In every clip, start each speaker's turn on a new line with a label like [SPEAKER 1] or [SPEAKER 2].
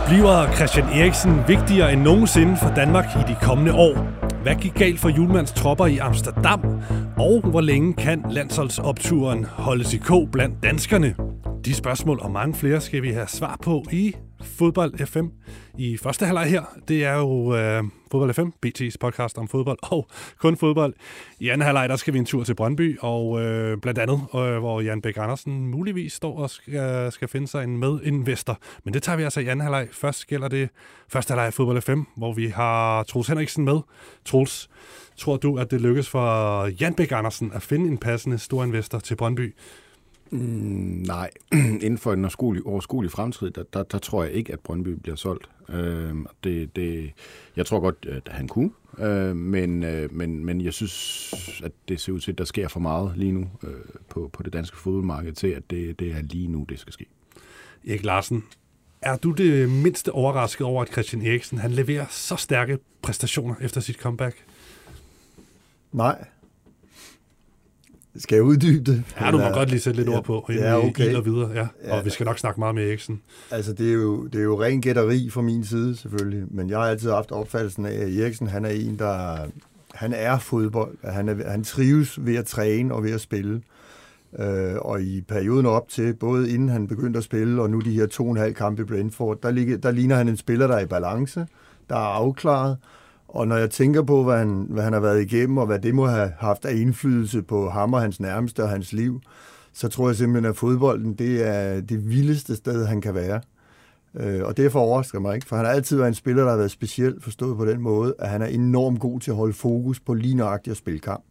[SPEAKER 1] Bliver Christian Eriksen vigtigere end nogensinde for Danmark i de kommende år? Hvad gik galt for Hjulmands tropper i Amsterdam? Og hvor længe kan landsholdsopturen holdes i kog blandt danskerne? De spørgsmål og mange flere skal vi have svar på i Fodbold FM. I første halvleg her, det er jo Fodbold FM, BT's podcast om fodbold og kun fodbold. I anden halvleg, der skal vi en tur til Brøndby, og blandt andet, hvor Jan Bæk Andersen muligvis står og skal finde sig en medinvestor. Men det tager vi altså i anden halvleg. Først gælder det første halvleg af Fodbold FM, hvor vi har Troels Henriksen med. Troels, tror du, at det lykkes for Jan Bæk Andersen at finde en passende storinvestor til Brøndby?
[SPEAKER 2] Nej, inden for en overskuelig fremtid, der tror jeg ikke, at Brøndby bliver solgt. Jeg tror godt, at han kunne, men jeg synes, at det ser ud til, at der sker for meget lige nu på det danske fodboldmarked til, at det er lige nu, det skal ske.
[SPEAKER 1] Erik Larsen, er du det mindste overrasket over, at Christian Eriksen han leverer så stærke præstationer efter sit comeback?
[SPEAKER 3] Nej. Skal jeg uddybe det?
[SPEAKER 1] Ja, du må godt lige sætte lidt ord på, inden
[SPEAKER 3] okay.
[SPEAKER 1] vi iler videre. Ja. Og vi skal nok snakke meget med Eriksen.
[SPEAKER 3] Altså, det er jo ren gætteri fra min side, selvfølgelig. Men jeg har altid haft opfattelsen af, at Eriksen, han er en, han er fodbold. Han trives ved at træne og ved at spille. Og i perioden op til, både inden han begyndte at spille, og nu de her 2,5 kampe i Brentford, der ligner han en spiller, der er i balance, der er afklaret. Og når jeg tænker på, hvad han har været igennem, og hvad det må have haft af indflydelse på ham og hans nærmeste og hans liv, så tror jeg simpelthen, at fodbolden, det er det vildeste sted, han kan være. Og det overrasker mig ikke, for han har altid været en spiller, der har været specielt forstået på den måde, at han er enormt god til at holde fokus på lige nøjagtigt at spille kamp.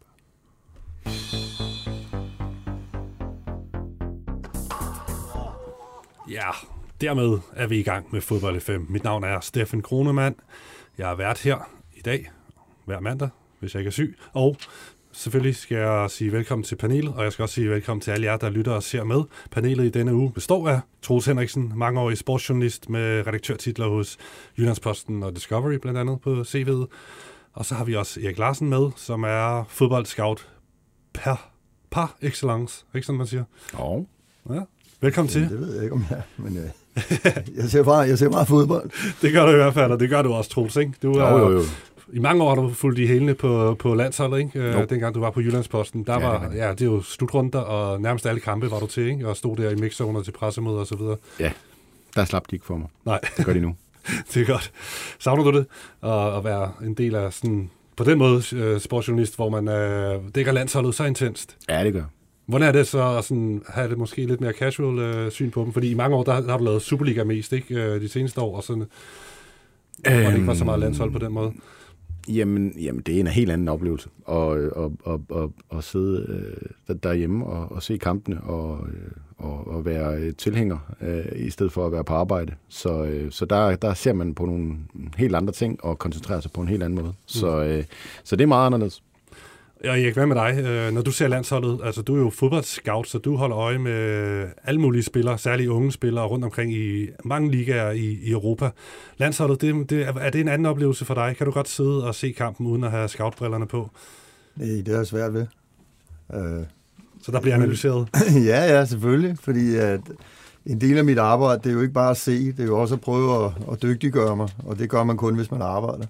[SPEAKER 1] Ja, dermed er vi i gang med Fodbold FM. Mit navn er Steffen Kronemann. Jeg er vært her i dag, hver mandag, hvis jeg ikke er syg. Og selvfølgelig skal jeg sige velkommen til panelet, og jeg skal også sige velkommen til alle jer, der lytter og ser med. Panelet i denne uge består af Troels Henriksen, mangeårig sportsjournalist med redaktørtitler hos Jyllandsposten og Discovery, blandt andet på CV'et. Og så har vi også Erik Larsen med, som er fodboldscout par excellence, ikke sådan man siger?
[SPEAKER 2] Jo.
[SPEAKER 1] Ja. Velkommen til.
[SPEAKER 3] Det ved jeg ikke, om jeg er, men jeg ser meget fodbold.
[SPEAKER 1] Det gør du i hvert fald, og det gør du også, Troels, ikke? Du er,
[SPEAKER 2] jo.
[SPEAKER 1] I mange år har du fulgt i hælene på landsholdet, ikke? Dengang du var på Jyllandsposten. Der var, det er jo slutrunder, og nærmest alle kampe var du til, ikke? Og stod der i mixzoner til pressemøder og så videre. Ja,
[SPEAKER 2] der slap de ikke for mig.
[SPEAKER 1] Nej.
[SPEAKER 2] Det gør de nu.
[SPEAKER 1] Det er godt. Savner du det? At være en del af sådan, på den måde, sportsjournalist, hvor man dækker landsholdet så intenst?
[SPEAKER 2] Ja, det gør.
[SPEAKER 1] Hvordan er det så at have det måske lidt mere casual syn på dem? Fordi i mange år, der har du lavet Superliga mest, ikke? De seneste år, og sådan, hvor det ikke var så meget landshold på den måde.
[SPEAKER 2] Jamen, det er en helt anden oplevelse at sidde derhjemme og se kampene og være tilhænger i stedet for at være på arbejde. Så der ser man på nogle helt andre ting og koncentrerer sig på en helt anden måde. Så det er meget anderledes.
[SPEAKER 1] Ja, Erik, hvad med dig? Når du ser landsholdet, altså du er jo fodboldscout, så du holder øje med alle mulige spillere, særligt unge spillere rundt omkring i mange ligaer i Europa. Landsholdet, er det en anden oplevelse for dig? Kan du godt sidde og se kampen uden at have scoutbrillerne på?
[SPEAKER 3] Nej, det er svært ved.
[SPEAKER 1] Så der bliver analyseret?
[SPEAKER 3] Ja, selvfølgelig, fordi at en del af mit arbejde, det er jo ikke bare at se, det er jo også at prøve at dygtiggøre mig, og det gør man kun, hvis man arbejder.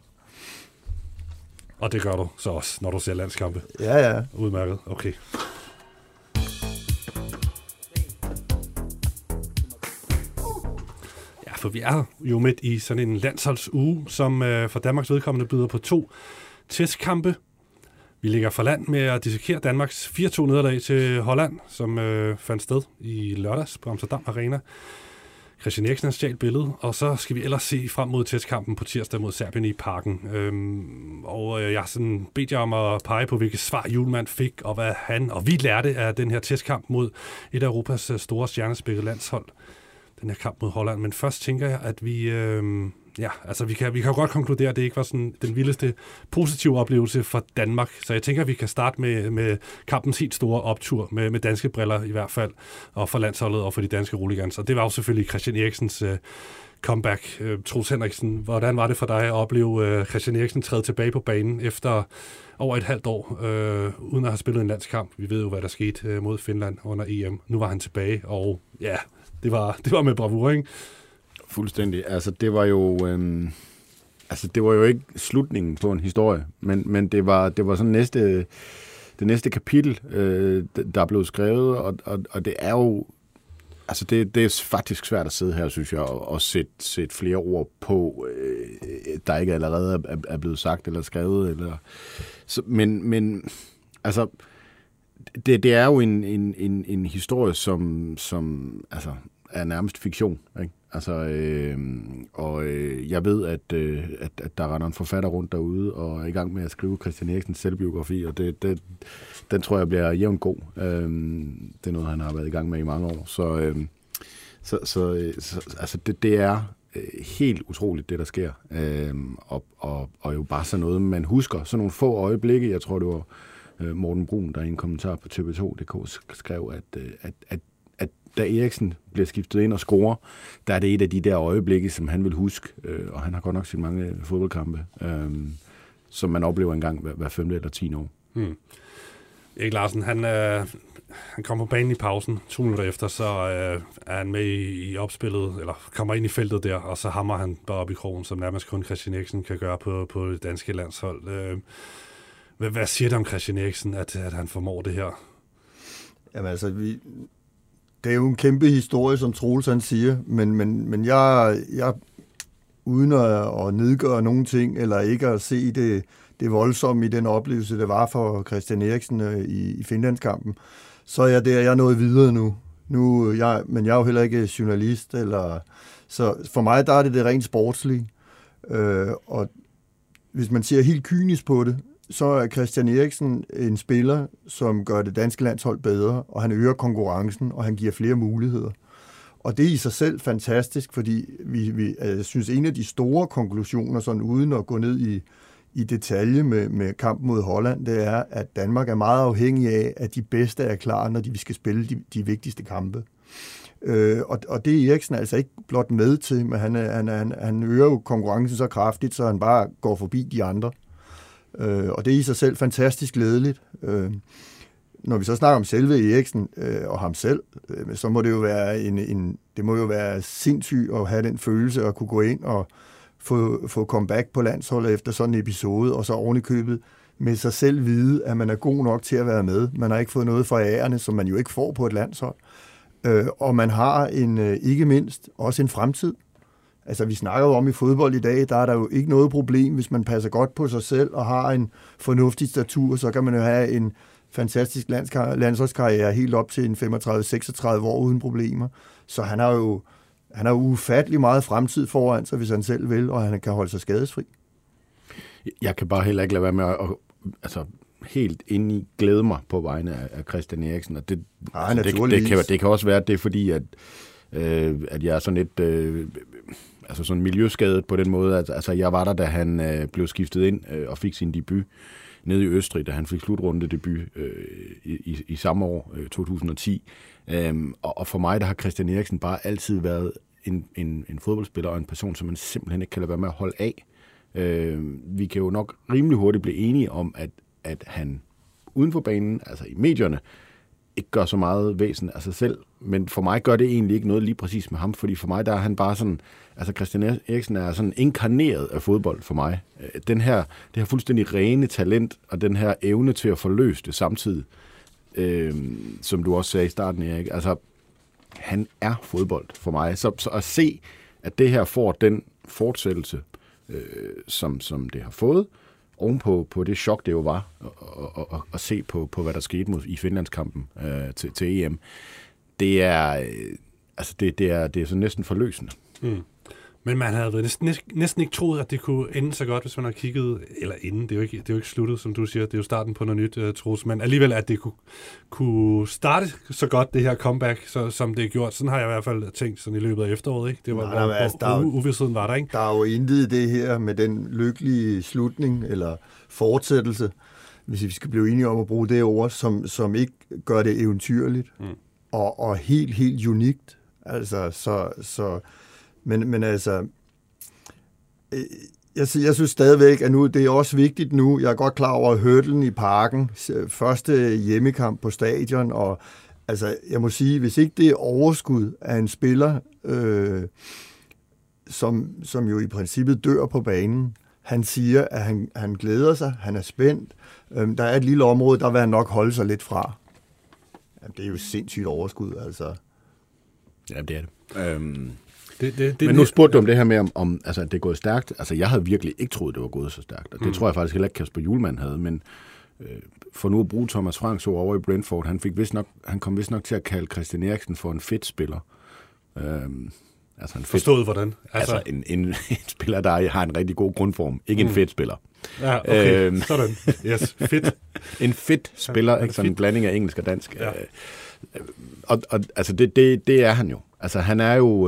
[SPEAKER 1] Og det gør du så også, når du ser landskampe?
[SPEAKER 3] Ja.
[SPEAKER 1] Udmærket, okay. Ja, for vi er jo midt i sådan en landsholdsuge, som for Danmarks vedkommende byder på 2 testkampe. Vi ligger for land med at dissekere Danmarks 4-2 nederlag til Holland, som fandt sted i lørdags på Amsterdam Arena. Christian Eriksen har stjalt billedet, og så skal vi ellers se frem mod testkampen på tirsdag mod Serbien i Parken. Jeg har sådan bedt jer om at pege på, hvilke svar Hjulmand fik, og hvad han og vi lærte af den her testkamp mod et af Europas store stjernespækkede landshold. Den her kamp mod Holland. Men først tænker jeg, at vi kan jo godt konkludere, at det ikke var sådan den vildeste positive oplevelse for Danmark. Så jeg tænker, at vi kan starte med kampens helt store optur, med danske briller i hvert fald, og for landsholdet og for de danske roligans. Og det var jo selvfølgelig Christian Eriksens comeback. Troels Henriksen, hvordan var det for dig at opleve Christian Eriksen træde tilbage på banen efter over et halvt år, uden at have spillet en landskamp? Vi ved jo, hvad der skete mod Finland under EM. Nu var han tilbage, og ja, det var med bravur, ikke?
[SPEAKER 2] Fuldstændig. Altså, det var jo... det var jo ikke slutningen på en historie, men det var sådan det næste kapitel, der blev skrevet, og det er jo... Altså, det er faktisk svært at sidde her, synes jeg, og sætte flere ord på, der ikke allerede er blevet sagt eller skrevet. Eller, så, men altså, det er jo en historie, som altså, er nærmest fiktion, ikke? Altså, jeg ved, at der render en forfatter rundt derude og er i gang med at skrive Christian Eriksens selvbiografi, og den tror jeg bliver jævnt god. Det er noget, han har været i gang med i mange år. Så altså det er helt utroligt, det der sker. Og jo bare sådan noget, man husker. Sådan nogle få øjeblikke. Jeg tror, det var Morten Brun, der i en kommentar på TV2.dk skrev, at da Eriksen bliver skiftet ind og scorer, der er det et af de der øjeblikke, som han vil huske. Og han har godt nok set mange fodboldkampe, som man oplever engang hver 5. eller 10 år.
[SPEAKER 1] Erik Larsen, han kommer på banen i pausen. 2 minutter efter, så er han med i opspillet, eller kommer ind i feltet der, og så hammer han bare op i krogen, som nærmest kun Christian Eriksen kan gøre på det danske landshold. Hvad siger det om Christian Eriksen, at han formår det her?
[SPEAKER 3] Jamen altså, det er jo en kæmpe historie, som Troels han siger, men jeg uden at nedgøre nogen ting, eller ikke at se det voldsomme i den oplevelse, det var for Christian Eriksen i Finlandskampen, så er jeg jeg er nået videre nu. Men jeg er jo heller ikke journalist, så for mig der er det rent sportslige. Og hvis man ser helt kynisk på det, så er Christian Eriksen en spiller, som gør det danske landshold bedre, og han øger konkurrencen, og han giver flere muligheder. Og det er i sig selv fantastisk, fordi jeg synes, en af de store konklusioner, sådan uden at gå ned i detalje med kampen mod Holland, det er, at Danmark er meget afhængig af, at de bedste er klar, når vi skal spille de vigtigste kampe. Og det er Eriksen altså ikke blot med til, men han øger jo konkurrencen så kraftigt, så han bare går forbi de andre. Og det er i sig selv fantastisk glædeligt. Når vi så snakker om selve Eriksen og ham selv, så må det jo være det må jo være sindssygt at have den følelse at kunne gå ind og få comeback på landsholdet efter sådan en episode, og så oven i købet med sig selv vide, at man er god nok til at være med. Man har ikke fået noget fra ærerne, som man jo ikke får på et landshold. Og man har ikke mindst også en fremtid. Altså, vi snakker jo om i fodbold i dag, der er der jo ikke noget problem, hvis man passer godt på sig selv og har en fornuftig statur, så kan man jo have en fantastisk landsholdskarriere helt op til en 35-36 år uden problemer. Så han har jo ufattelig meget fremtid foran sig, hvis han selv vil, og han kan holde sig skadesfri.
[SPEAKER 2] Jeg kan bare heller ikke lade være med at helt inde i glæde mig på vegne af Christian Eriksen. Og det kan også være, at det er fordi, at jeg er sådan lidt sådan miljøskadet på den måde. Altså, jeg var der, da han blev skiftet ind og fik sin debut nede i Østrig, da han fik slutrunde debut i samme år, 2010. Og for mig, der har Christian Eriksen bare altid været en fodboldspiller og en person, som man simpelthen ikke kan lade være med at holde af. Vi kan jo nok rimelig hurtigt blive enige om, at han uden for banen, altså i medierne, ikke gør så meget væsen af sig selv, men for mig gør det egentlig ikke noget lige præcis med ham, fordi for mig der er han bare sådan, altså Christian Eriksen er sådan inkarneret af fodbold for mig. Det her fuldstændig rene talent, og den her evne til at forløse det samtidig, som du også sagde i starten, Erik, altså han er fodbold for mig. Så at se, at det her får den fortsættelse, som det har fået, ovenpå på det chok, det jo var, at se på, hvad der skete i Finlandskampen til EM, det er så næsten forløsende. Mm.
[SPEAKER 1] Men man havde næsten ikke troet, at det kunne ende så godt, hvis man har kigget, eller inden, det er jo ikke sluttet, som du siger, det er jo starten på noget nyt, Troels, men alligevel, at det kunne starte så godt, det her comeback, som det er gjort. Sådan har jeg i hvert fald tænkt sådan i løbet af efteråret, ikke? Det var, uvidstheden var der, ikke?
[SPEAKER 3] Der er jo intet det her med den lykkelige slutning, eller fortsættelse, hvis vi skal blive enige om at bruge det ord, som ikke gør det eventyrligt, og helt, helt unikt. Altså, Men altså, jeg synes stadigvæk, at nu det er også vigtigt nu. Jeg er godt klar over hurdlen i Parken, første hjemmekamp på stadion, og altså, jeg må sige, hvis ikke det er overskud af en spiller, som jo i princippet dør på banen. Han siger, at han glæder sig, han er spændt. Der er et lille område, der vil han nok holde sig lidt fra. Jamen, det er jo sindssygt overskud, altså.
[SPEAKER 2] Ja, det er det. Men nu spurgte du om det her med, om altså, det er gået stærkt. Altså, jeg havde virkelig ikke troet, det var gået så stærkt. Og det tror jeg faktisk heller ikke, Kasper Hjulmand havde. Men for nu at bruge Thomas Franks ord over i Brentford, han kom vist nok til at kalde Christian Eriksen for en fedt spiller. Altså
[SPEAKER 1] forstået hvordan?
[SPEAKER 2] Altså en spiller, der har en rigtig god grundform. Ikke en fedt spiller.
[SPEAKER 1] Ja, okay. Sådan. Yes, fedt.
[SPEAKER 2] En fedt spiller, ikke? Sådan en blanding af engelsk og dansk.
[SPEAKER 1] Ja.
[SPEAKER 2] Og altså det er han jo. Altså han er jo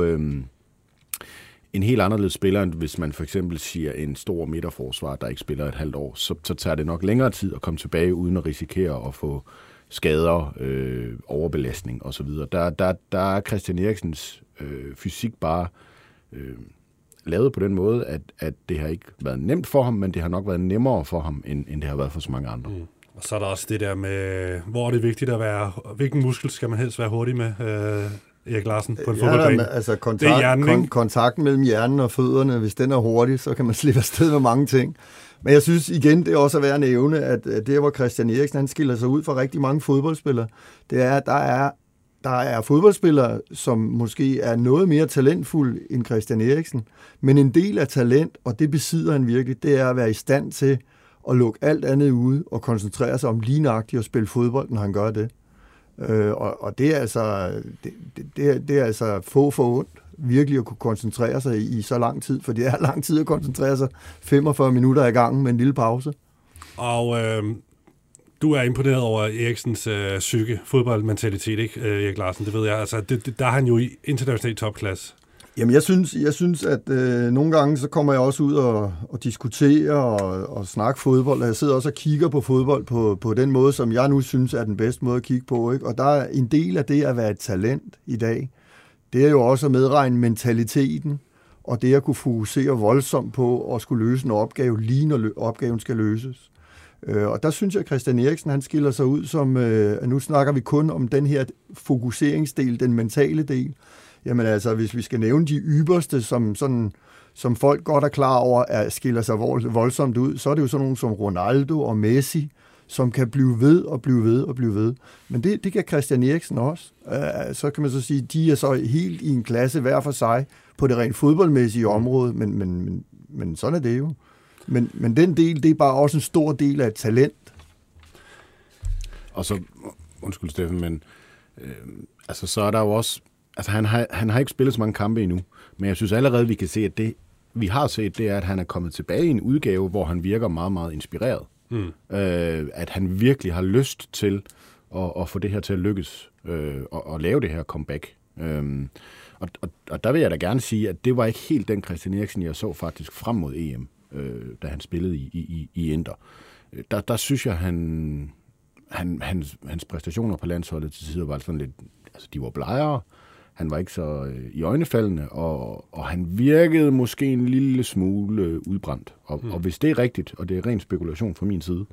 [SPEAKER 2] en helt anderledes spiller, end hvis man for eksempel siger en stor midterforsvar, der ikke spiller et halvt år. Så tager det nok længere tid at komme tilbage, uden at risikere at få skader, overbelastning osv. Der er Christian Eriksens fysik bare lavet på den måde, at det har ikke været nemt for ham, men det har nok været nemmere for ham, end det har været for så mange andre.
[SPEAKER 1] Og så er der også det der med, hvor er det vigtigt at være, hvilken muskel skal man helst være hurtig med, Erik Larsen, på en fodboldbane?
[SPEAKER 3] Altså kontakten mellem hjernen og fødderne, hvis den er hurtig, så kan man slippe afsted med mange ting. Men jeg synes igen, det er også at være nævne, at det, hvor Christian Eriksen, han skiller sig ud fra rigtig mange fodboldspillere, det er, at der er fodboldspillere, som måske er noget mere talentfuld end Christian Eriksen, men en del af talent, og det besidder han virkelig, det er at være i stand til at lukke alt andet ude og koncentrere sig om lige nøjagtigt at spille fodbold, når han gør det. Og det er altså, det er altså få ondt virkelig at kunne koncentrere sig i så lang tid, for det er lang tid at koncentrere sig 45 minutter i gangen med en lille pause.
[SPEAKER 1] Og du er imponeret over Eriksens psyke, fodboldmentalitet, ikke, Erik Larsen? Det ved jeg. Altså, der er han jo i international topklasse.
[SPEAKER 3] Jamen, jeg synes at nogle gange, så kommer jeg også ud og diskuterer og snakke fodbold, og jeg sidder også og kigger på fodbold på den måde, som jeg nu synes er den bedste måde at kigge på, ikke? Og der er en del af det at være et talent i dag. Det er jo også at medregne mentaliteten, og det at kunne fokusere voldsomt på at skulle løse en opgave, lige når opgaven skal løses. Og der synes jeg, at Christian Eriksen, han skiller sig ud som, nu snakker vi kun om den her fokuseringsdel, den mentale del. Jamen altså, hvis vi skal nævne de ypperste, som folk godt er klar over, skiller sig voldsomt ud, så er det jo sådan nogle som Ronaldo og Messi, som kan blive ved og blive ved og blive ved. Men det kan Christian Eriksen også. Så kan man så sige, de er så helt i en klasse hver for sig på det rent fodboldmæssige område, men sådan er det jo. Men den del, det er bare også en stor del af et talent.
[SPEAKER 2] Og så, undskyld Steffen, men altså så er der jo også, altså han har ikke spillet så mange kampe endnu, men jeg synes allerede, vi kan se, at det, vi har set, det er, at han er kommet tilbage i en udgave, hvor han virker meget, meget inspireret. At han virkelig har lyst til at få det her til at lykkes, og lave det her comeback. Og der vil jeg da gerne sige, at det var ikke helt den Christian Eriksen, jeg så faktisk frem mod EM, da han spillede i Inter. Der synes jeg, hans præstationer på landsholdet til tider var sådan lidt, altså de var blegere, han var ikke så iøjnefaldende, og han virkede måske en lille smule udbrændt. Og hvis det er rigtigt, og det er ren spekulation fra min side,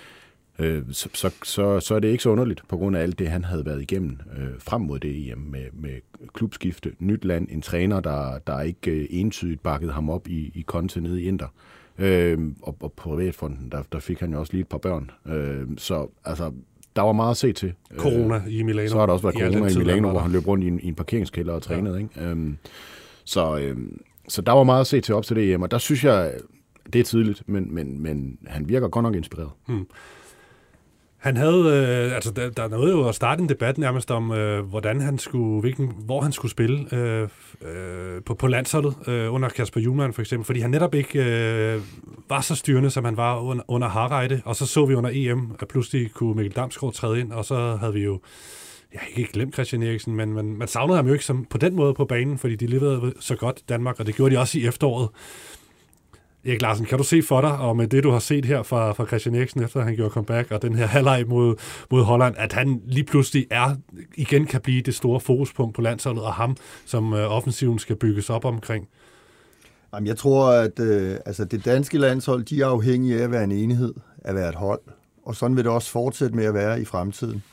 [SPEAKER 2] så er det ikke så underligt, på grund af alt det, han havde været igennem frem mod det EM med klubskifte, nyt land, en træner, der ikke entydigt bakkede ham op i Conte nede i Inter. Og på privatfronten, der fik han jo også lige et par børn. Så altså, der var meget at se til.
[SPEAKER 1] Corona i Milano.
[SPEAKER 2] Så har der også været corona i Milano, hvor han løb rundt i en parkeringskælder og trænede. Ja. Ikke? Så der var meget at se til op til det EM, og der synes jeg, det er tidligt, men han virker godt nok inspireret.
[SPEAKER 1] Han havde, der nåede jo at starte en debat nærmest om, hvor han skulle spille på landsholdet under Kasper Hjulmand for eksempel, fordi han netop ikke var så styrende, som han var under Harreide, og så vi under EM, at pludselig kunne Mikkel Damsgaard træde ind, og så havde vi jo, jeg har ikke glemt Christian Eriksen, men man savnede ham jo ikke på den måde på banen, fordi de leverede så godt Danmark, og det gjorde de også i efteråret. Erik Larsen, kan du se for dig, og med det, du har set her fra Christian Eriksen, efter han gjorde comeback, og den her halvleg mod Holland, at han lige pludselig igen kan blive det store fokuspunkt på landsholdet, og ham, som offensiven skal bygges op omkring?
[SPEAKER 3] Jamen, jeg tror, at det danske landshold, de er afhængige af at være en enhed, at være et hold, og sådan vil det også fortsætte med at være i fremtiden.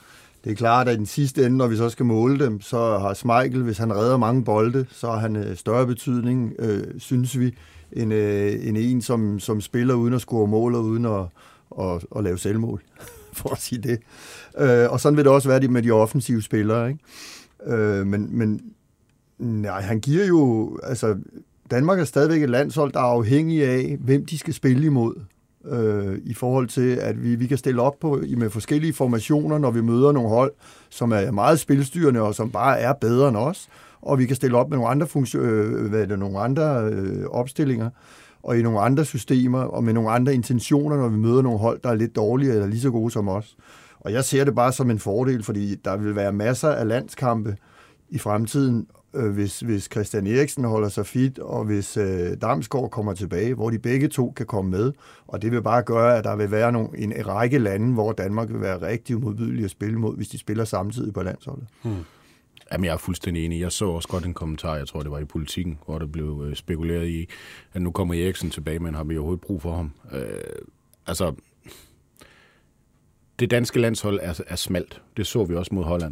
[SPEAKER 3] Det er klart, at i den sidste ende, når vi så skal måle dem, så har Schmeichel, hvis han redder mange bolde, så har han større betydning, synes vi, end en som spiller uden at score mål og uden at lave selvmål, for at sige det. Og sådan vil det også være med de offensive spillere, ikke? Men nej, han giver jo... Altså, Danmark er stadigvæk et landshold, der er afhængig af, hvem de skal spille imod. I forhold til, at vi kan stille op med forskellige formationer, når vi møder nogle hold, som er meget spilstyrende og som bare er bedre end os. Og vi kan stille op med nogle andre opstillinger og i nogle andre systemer og med nogle andre intentioner, når vi møder nogle hold, der er lidt dårlige eller lige så gode som os. Og jeg ser det bare som en fordel, fordi der vil være masser af landskampe i fremtiden, hvis Christian Eriksen holder sig fit, og hvis Damsgaard kommer tilbage, hvor de begge to kan komme med. Og det vil bare gøre, at der vil være en række lande, hvor Danmark vil være rigtig modbydelig at spille mod, hvis de spiller samtidig på landsholdet.
[SPEAKER 2] Jamen, jeg er fuldstændig enig. Jeg så også godt en kommentar, jeg tror, det var i Politikken, hvor der blev spekuleret i, at nu kommer Eriksen tilbage, men har vi overhovedet brug for ham? Det danske landshold er smalt. Det så vi også mod Holland.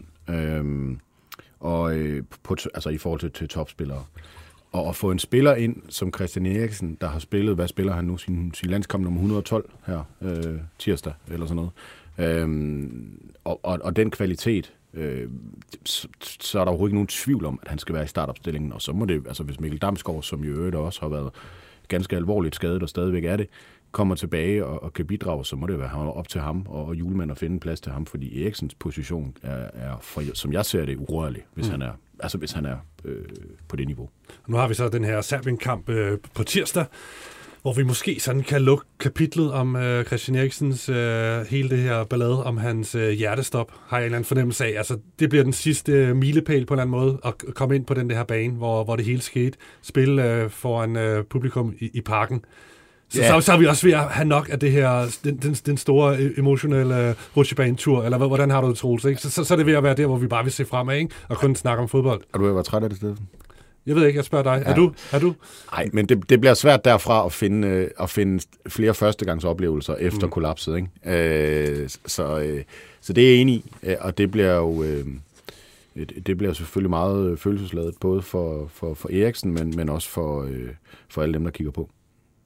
[SPEAKER 2] I forhold til topspillere. Og at få en spiller ind, som Christian Eriksen, der har spillet, hvad spiller han nu, sin landskamp nummer 112 her tirsdag, eller sådan noget. Og den kvalitet, så er der overhovedet ikke nogen tvivl om, at han skal være i startopstillingen, og så må det, altså hvis Mikkel Damsgaard, som i øvrigt også har været ganske alvorligt skadet, og stadigvæk er det, kommer tilbage og kan bidrage, så må det være op til ham og Hjulmand at finde plads til ham, fordi Eriksens position er som jeg ser det, urørlig, hvis han er på det niveau.
[SPEAKER 1] Nu har vi så den her Serbien-kamp på tirsdag, hvor vi måske sådan kan lukke kapitlet om Christian Eriksens hele det her ballade om hans hjertestop, har jeg en eller anden fornemmelse af. Altså, det bliver den sidste milepæl på en eller anden måde at komme ind på den her bane, hvor det hele skete. Spille foran publikum i parken. Så er vi også ved at have nok af det her, den store emotionelle rutsjebanetur, eller hvordan har du det, Troels? Ikke? Så er det ved at være der, hvor vi bare vil se fremad, ikke? Og kun snakke om fodbold.
[SPEAKER 2] Og du er træt af det sted?
[SPEAKER 1] Jeg ved ikke, jeg spørger dig. Ja. Er du?
[SPEAKER 2] Nej, men det bliver svært derfra at finde flere førstegangsoplevelser efter kollapset, ikke? Så det er jeg enig i, og det bliver jo... Det bliver selvfølgelig meget følelsesladet, både for Eriksen, men også for alle dem, der kigger på.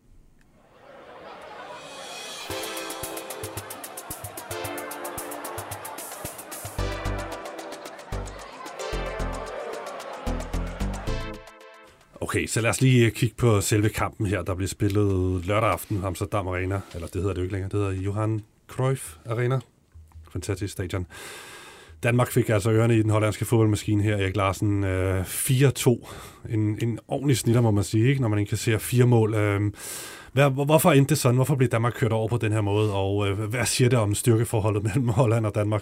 [SPEAKER 1] Okay, så lad os lige kigge på selve kampen her, der bliver spillet lørdag aften, Amsterdam Arena, eller det hedder det jo ikke længere, det hedder Johan Cruyff Arena. Fantastisk stadion. Danmark fik altså ørerne i den hollandske fodboldmaskine her, Erik Larsen, 4-2. En ordentlig snitter, må man sige, ikke? Når man indkasserer 4 mål. Hvorfor endte det sådan? Hvorfor blev Danmark kørt over på den her måde? Og hvad siger det om styrkeforholdet mellem Holland og Danmark?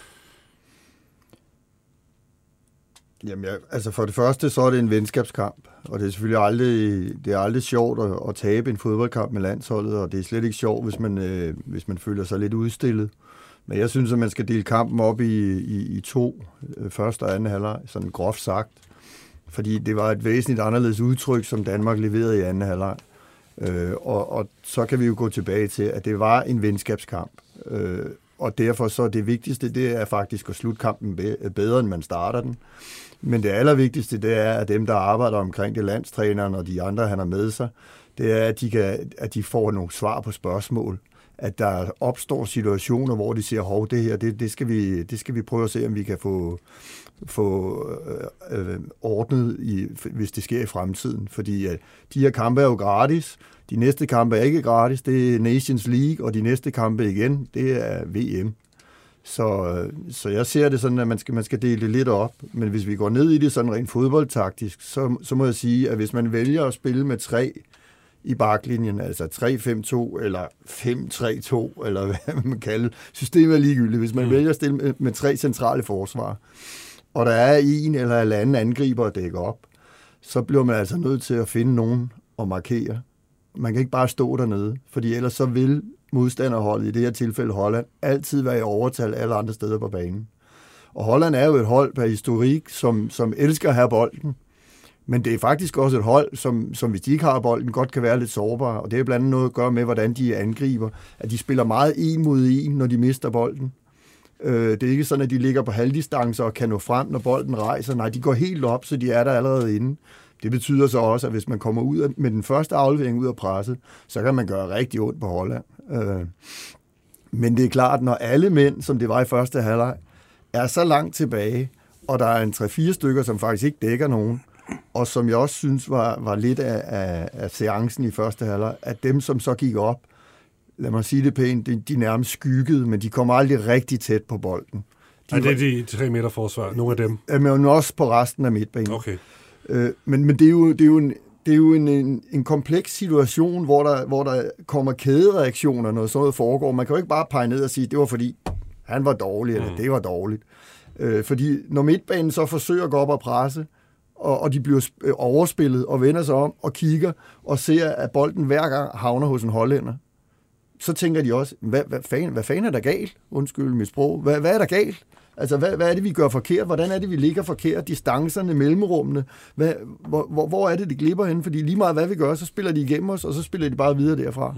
[SPEAKER 3] Jamen, for det første, så er det en venskabskamp, og det er selvfølgelig aldrig sjovt at tabe en fodboldkamp med landsholdet, og det er slet ikke sjovt, hvis man føler sig lidt udstillet. Men jeg synes, at man skal dele kampen op i to, første og anden halvleg, sådan groft sagt, fordi det var et væsentligt anderledes udtryk, som Danmark leverede i anden halvleg. Og så kan vi jo gå tilbage til, at det var en venskabskamp, og derfor så det vigtigste, det er faktisk at slutte kampen bedre, end man starter den. Men det allervigtigste, det er, at dem, der arbejder omkring det, landstræneren og de andre, han har med sig, det er, at de får nogle svar på spørgsmål. At der opstår situationer, hvor de siger, hov, det her, det skal vi prøve at se, om vi kan få ordnet, hvis det sker i fremtiden. Fordi de her kampe er jo gratis. De næste kampe er ikke gratis. Det er Nations League, og de næste kampe igen, det er VM. Så jeg ser det sådan, at man skal dele det lidt op. Men hvis vi går ned i det sådan rent fodboldtaktisk, så må jeg sige, at hvis man vælger at spille med 3 i baklinjen, altså 3-5-2 eller 5-3-2, eller hvad man kalder systemet er ligegyldigt. Hvis man vælger at stille med 3 centrale forsvar, og der er en eller anden angriber at dække op, så bliver man altså nødt til at finde nogen at markere. Man kan ikke bare stå dernede, fordi ellers så vil modstanderholdet, i det her tilfælde Holland, altid være i overtal alle andre steder på banen. Og Holland er jo et hold per historik, som elsker at have bolden, men det er faktisk også et hold, som hvis de ikke har bolden, godt kan være lidt sårbare, og det er blandt andet noget at gøre med, hvordan de angriber, at de spiller meget 1 mod 1, når de mister bolden. Det er ikke sådan, at de ligger på halvdistancer og kan nå frem, når bolden rejser. Nej, de går helt op, så de er der allerede inde. Det betyder så også, at hvis man kommer ud med den første aflevering ud af presset, så kan man gøre rigtig ondt på Holland. Men det er klart, når alle mænd, som det var i første halvleg, er så langt tilbage, og der er en 3-4 stykker, som faktisk ikke dækker nogen, og som jeg også synes var lidt af seancen i første halvleg, at dem, som så gik op, lad mig sige det pænt, de nærmest skyggede, men de kom aldrig rigtig tæt på bolden.
[SPEAKER 1] Det er de 3 meter forsvar, nogle af dem?
[SPEAKER 3] Men også på resten af midtbanen.
[SPEAKER 1] Okay.
[SPEAKER 3] Men det er jo en kompleks situation, hvor der kommer kædereaktioner, når sådan noget foregår. Man kan jo ikke bare pege ned og sige, det var fordi, han var dårlig, eller det var dårligt. Fordi når midtbanen så forsøger at gå op og presse, og de bliver overspillet og vender sig om og kigger og ser, at bolden hver gang havner hos en hollænder, så tænker de også, hvad fanden er der galt? Undskyld mit sprog. Hvad er der galt? Altså, hvad er det, vi gør forkert? Hvordan er det, vi ligger forkert? Distancerne, mellemrummene? Hvor er det glipper henne? Fordi lige meget hvad vi gør, så spiller de igennem os, og så spiller de bare videre derfra.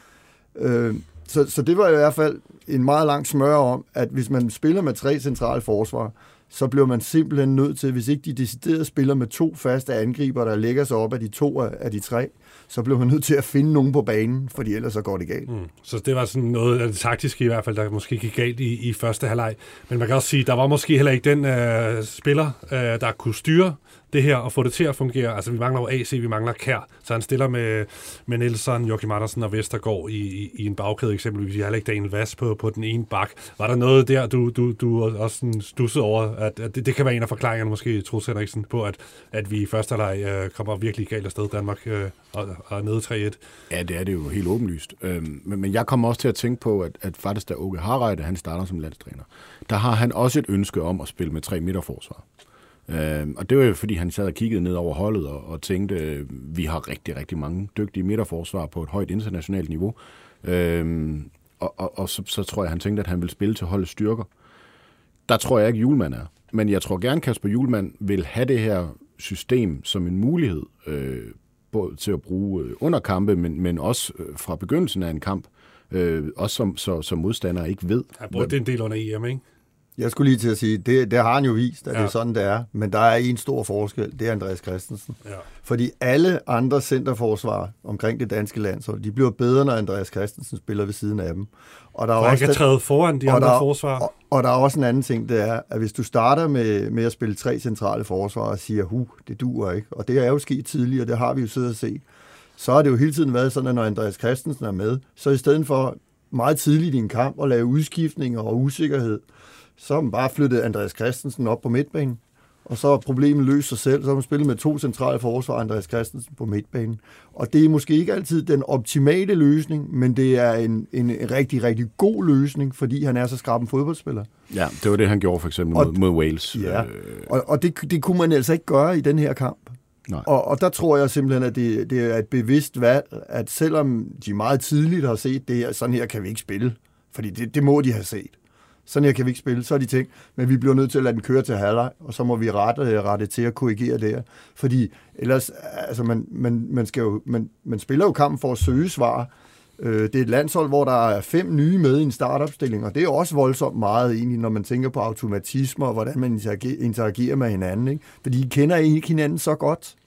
[SPEAKER 3] Så det var i hvert fald en meget lang smør om, at hvis man spiller med 3 centrale forsvar, så bliver man simpelthen nødt til, hvis ikke de decideret spiller med 2 faste angriber, der lægger sig op af de 2 af de 3, så bliver man nødt til at finde nogen på banen, fordi ellers så går det galt.
[SPEAKER 1] Så det var sådan noget af det taktiske i hvert fald, der måske gik galt i første halvleg. Men man kan også sige, der var måske heller ikke den spiller, der kunne styre det her og få det til at fungere. Altså vi mangler jo AC, vi mangler Kjær, så han stiller med Nielsen, Joachim Andersen og Vestergaard i en bagkæde eksempelvis. Vi har heller ikke Daniel Vass på den ene bak. Var der noget der, du også stussede over, at det kan være en af forklaringerne måske, Troels Henriksen, på at vi i første halvleg kommer virkelig galt afsted Danmark og nede 3-1?
[SPEAKER 2] Ja, det er det jo helt åbenlyst. Men jeg kommer også til at tænke på, at faktisk da Åke Hareide, han starter som landstræner, der har han også et ønske om at spille med 3 midterforsvar. Og det var jo, fordi han sad og kiggede ned over holdet og tænkte, vi har rigtig, rigtig mange dygtige midterforsvar på et højt internationalt niveau. Og så tror jeg, han tænkte, at han ville spille til holdets styrker. Der tror jeg ikke, Hjulmand er. Men jeg tror gerne, Kasper Hjulmand vil have det her system som en mulighed, både til at bruge under kampe, men også fra begyndelsen af en kamp, også som modstandere ikke ved.
[SPEAKER 1] Han brugte det en del under EM, ikke?
[SPEAKER 3] Jeg skulle lige til at sige, det har han jo vist, at det er sådan, det er. Men der er en stor forskel, det er Andreas Christensen. Ja. Fordi alle andre centerforsvar omkring det danske landshold, de bliver bedre, når Andreas Christensen spiller ved siden af dem. Og der er også
[SPEAKER 1] træde foran de andre forsvar.
[SPEAKER 3] Og der er også en anden ting, det er, at hvis du starter med at spille 3 centrale forsvar og siger, det duer ikke, og det er jo sket tidligere, det har vi jo siddet og set, så har det jo hele tiden været sådan, at når Andreas Christensen er med, så i stedet for meget tidligt i en kamp at lave udskiftninger og usikkerhed, så har man bare flyttet Andreas Christensen op på midtbanen, og så er problemet løst sig selv. Så har man spillet med 2 centrale forsvar, Andreas Christensen på midtbanen. Og det er måske ikke altid den optimale løsning, men det er en rigtig, rigtig god løsning, fordi han er så skrap en fodboldspiller.
[SPEAKER 2] Ja, det var det, han gjorde for eksempel mod Wales.
[SPEAKER 3] Ja, og det kunne man altså ikke gøre i den her kamp.
[SPEAKER 2] Nej.
[SPEAKER 3] Og der tror jeg simpelthen, at det er et bevidst valg, at selvom de meget tidligt har set det her, sådan her kan vi ikke spille, fordi det må de have set. Sådan her kan vi ikke spille, så har de tænkt, men vi bliver nødt til at lade den køre til halvleg, og så må vi rette til at korrigere der. Fordi ellers, altså man spiller jo kampen for at søge svar. Det er et landshold, hvor der er 5 nye med i en startopstilling, og det er også voldsomt meget egentlig, når man tænker på automatismer og hvordan man interagerer med hinanden. Ikke? Fordi de kender ikke hinanden så godt.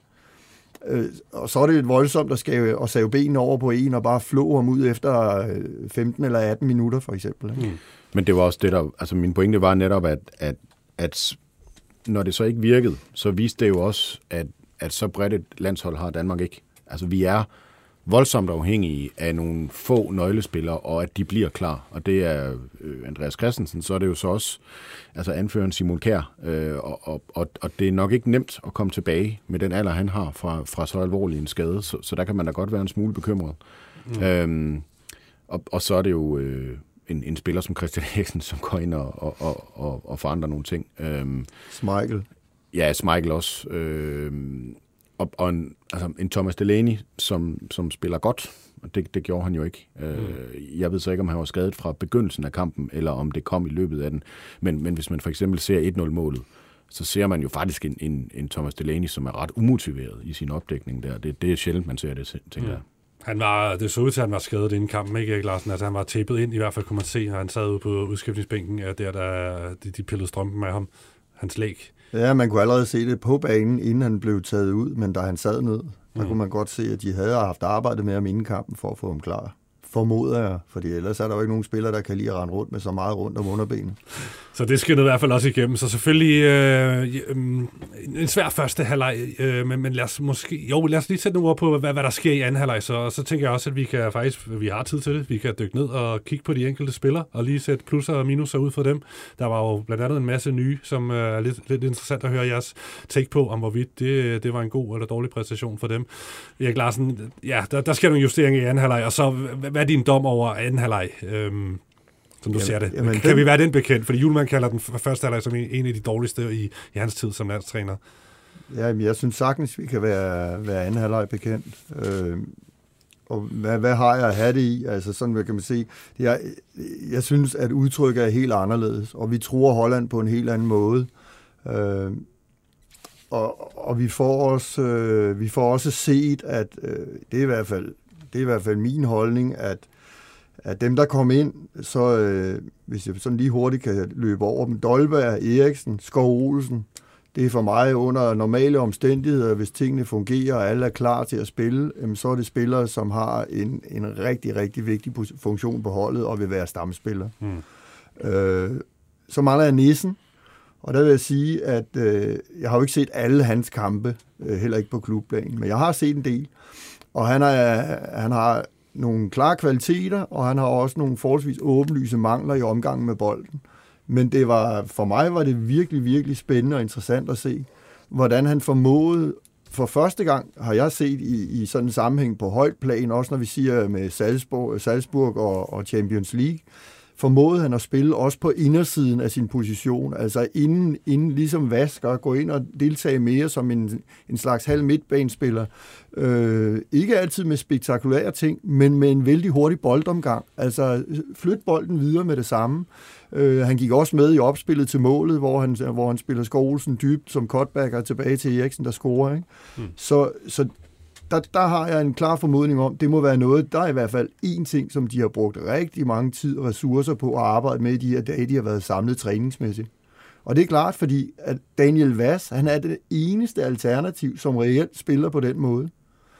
[SPEAKER 3] Og så er det lidt voldsomt at save benene over på en og bare flå ham ud efter 15 eller 18 minutter, for eksempel. Ikke?
[SPEAKER 2] Men det var også det, der... Altså, min pointe var netop, at når det så ikke virkede, så viste det jo også, at så bredt et landshold har Danmark ikke. Altså, vi er voldsomt afhængige af nogle få nøglespillere, og at de bliver klar. Og det er Andreas Christensen, så er det jo så også altså anføreren Simon Kjær. Og det er nok ikke nemt at komme tilbage med den alder, han har fra så alvorlig en skade. Så der kan man da godt være en smule bekymret. Og så er det jo... En spiller som Christian Eriksen, som går ind og forandrer nogle ting.
[SPEAKER 3] Schmeichel.
[SPEAKER 2] Ja, Schmeichel også. Og en Thomas Delaney, som spiller godt, og det gjorde han jo ikke. Jeg ved så ikke, om han var skadet fra begyndelsen af kampen, eller om det kom i løbet af den. Men hvis man for eksempel ser 1-0-målet, så ser man jo faktisk en Thomas Delaney, som er ret umotiveret i sin opdækning der. Det er sjældent, man ser det, tænker jeg.
[SPEAKER 1] Det så ud til, at han var skadet inden kampen, ikke Erik Larsen? Altså, han var tæppet ind, i hvert fald kunne man se, når han sad ude på udskiftningsbænken, de pillede strømpen af ham, hans læg.
[SPEAKER 3] Ja, man kunne allerede se det på banen, inden han blev taget ud, men da han sad ned, der kunne man godt se, at de havde haft arbejdet med ham inden kampen for at få ham klar. Formoder jeg, fordi ellers er der jo ikke nogen spiller, der kan lide at rende rundt med så meget rundt om underbenet.
[SPEAKER 1] Så det skinnede i hvert fald også igennem. Så selvfølgelig en svær første halvleg, men lad os lige sætte nogle ord på, hvad der sker i anden halvleg. Så tænker jeg også, at vi har tid til det. Vi kan dykke ned og kigge på de enkelte spillere, og lige sætte plusser og minuser ud for dem. Der var jo blandt andet en masse nye, som er lidt interessant at høre jeres take på, om hvorvidt det var en god eller dårlig præstation for dem. Erik Larsen, ja, der sker nogle justeringer i anden halvleg, og så hvad er din dom over anden halvleg? Som du ser det. Kan vi være den bekendt? Fordi Hjulmand kalder den første halvleg som en af de dårligste i hans tid som landstræner.
[SPEAKER 3] Ja, men jeg synes sagtens, vi kan være anden halvleg bekendt. Og hvad har jeg at have det i? Altså sådan kan man se. Jeg synes, at udtrykket er helt anderledes, og vi tror Holland på en helt anden måde. Og vi får også set, at det er i hvert fald min holdning, at dem, der kom ind, så hvis jeg sådan lige hurtigt kan løbe over dem, Dolberg, Eriksen, Skov Olsen, det er for mig under normale omstændigheder, hvis tingene fungerer, og alle er klar til at spille, så er det spillere, som har en rigtig, rigtig vigtig funktion på holdet, og vil være stamspillere. Så mangler jeg Nissen, og der vil jeg sige, at jeg har jo ikke set alle hans kampe, heller ikke på klubplan, men jeg har set en del, og han har nogle klare kvaliteter, og han har også nogle forholdsvis åbenlyse mangler i omgangen med bolden. Men for mig var det virkelig, virkelig spændende og interessant at se, hvordan han formåede. For første gang har jeg set i sådan en sammenhæng på højt plan, også når vi siger med Salzburg og Champions League, formåede han at spille også på indersiden af sin position, altså inden ligesom Vasker, gå ind og deltage mere som en slags halv midtbanespiller. Ikke altid med spektakulære ting, men med en vældig hurtig boldomgang. Altså flyt bolden videre med det samme. Han gik også med i opspillet til målet, hvor han spiller Skov Olsen dybt som cutbacker tilbage til Eriksen, der scorer. Ikke? Så der har jeg en klar formodning om, det må være noget, der er i hvert fald én ting, som de har brugt rigtig mange tid og ressourcer på at arbejde med i de her dage, de har været samlet træningsmæssigt. Og det er klart, fordi at Daniel Vass, han er det eneste alternativ, som reelt spiller på den måde.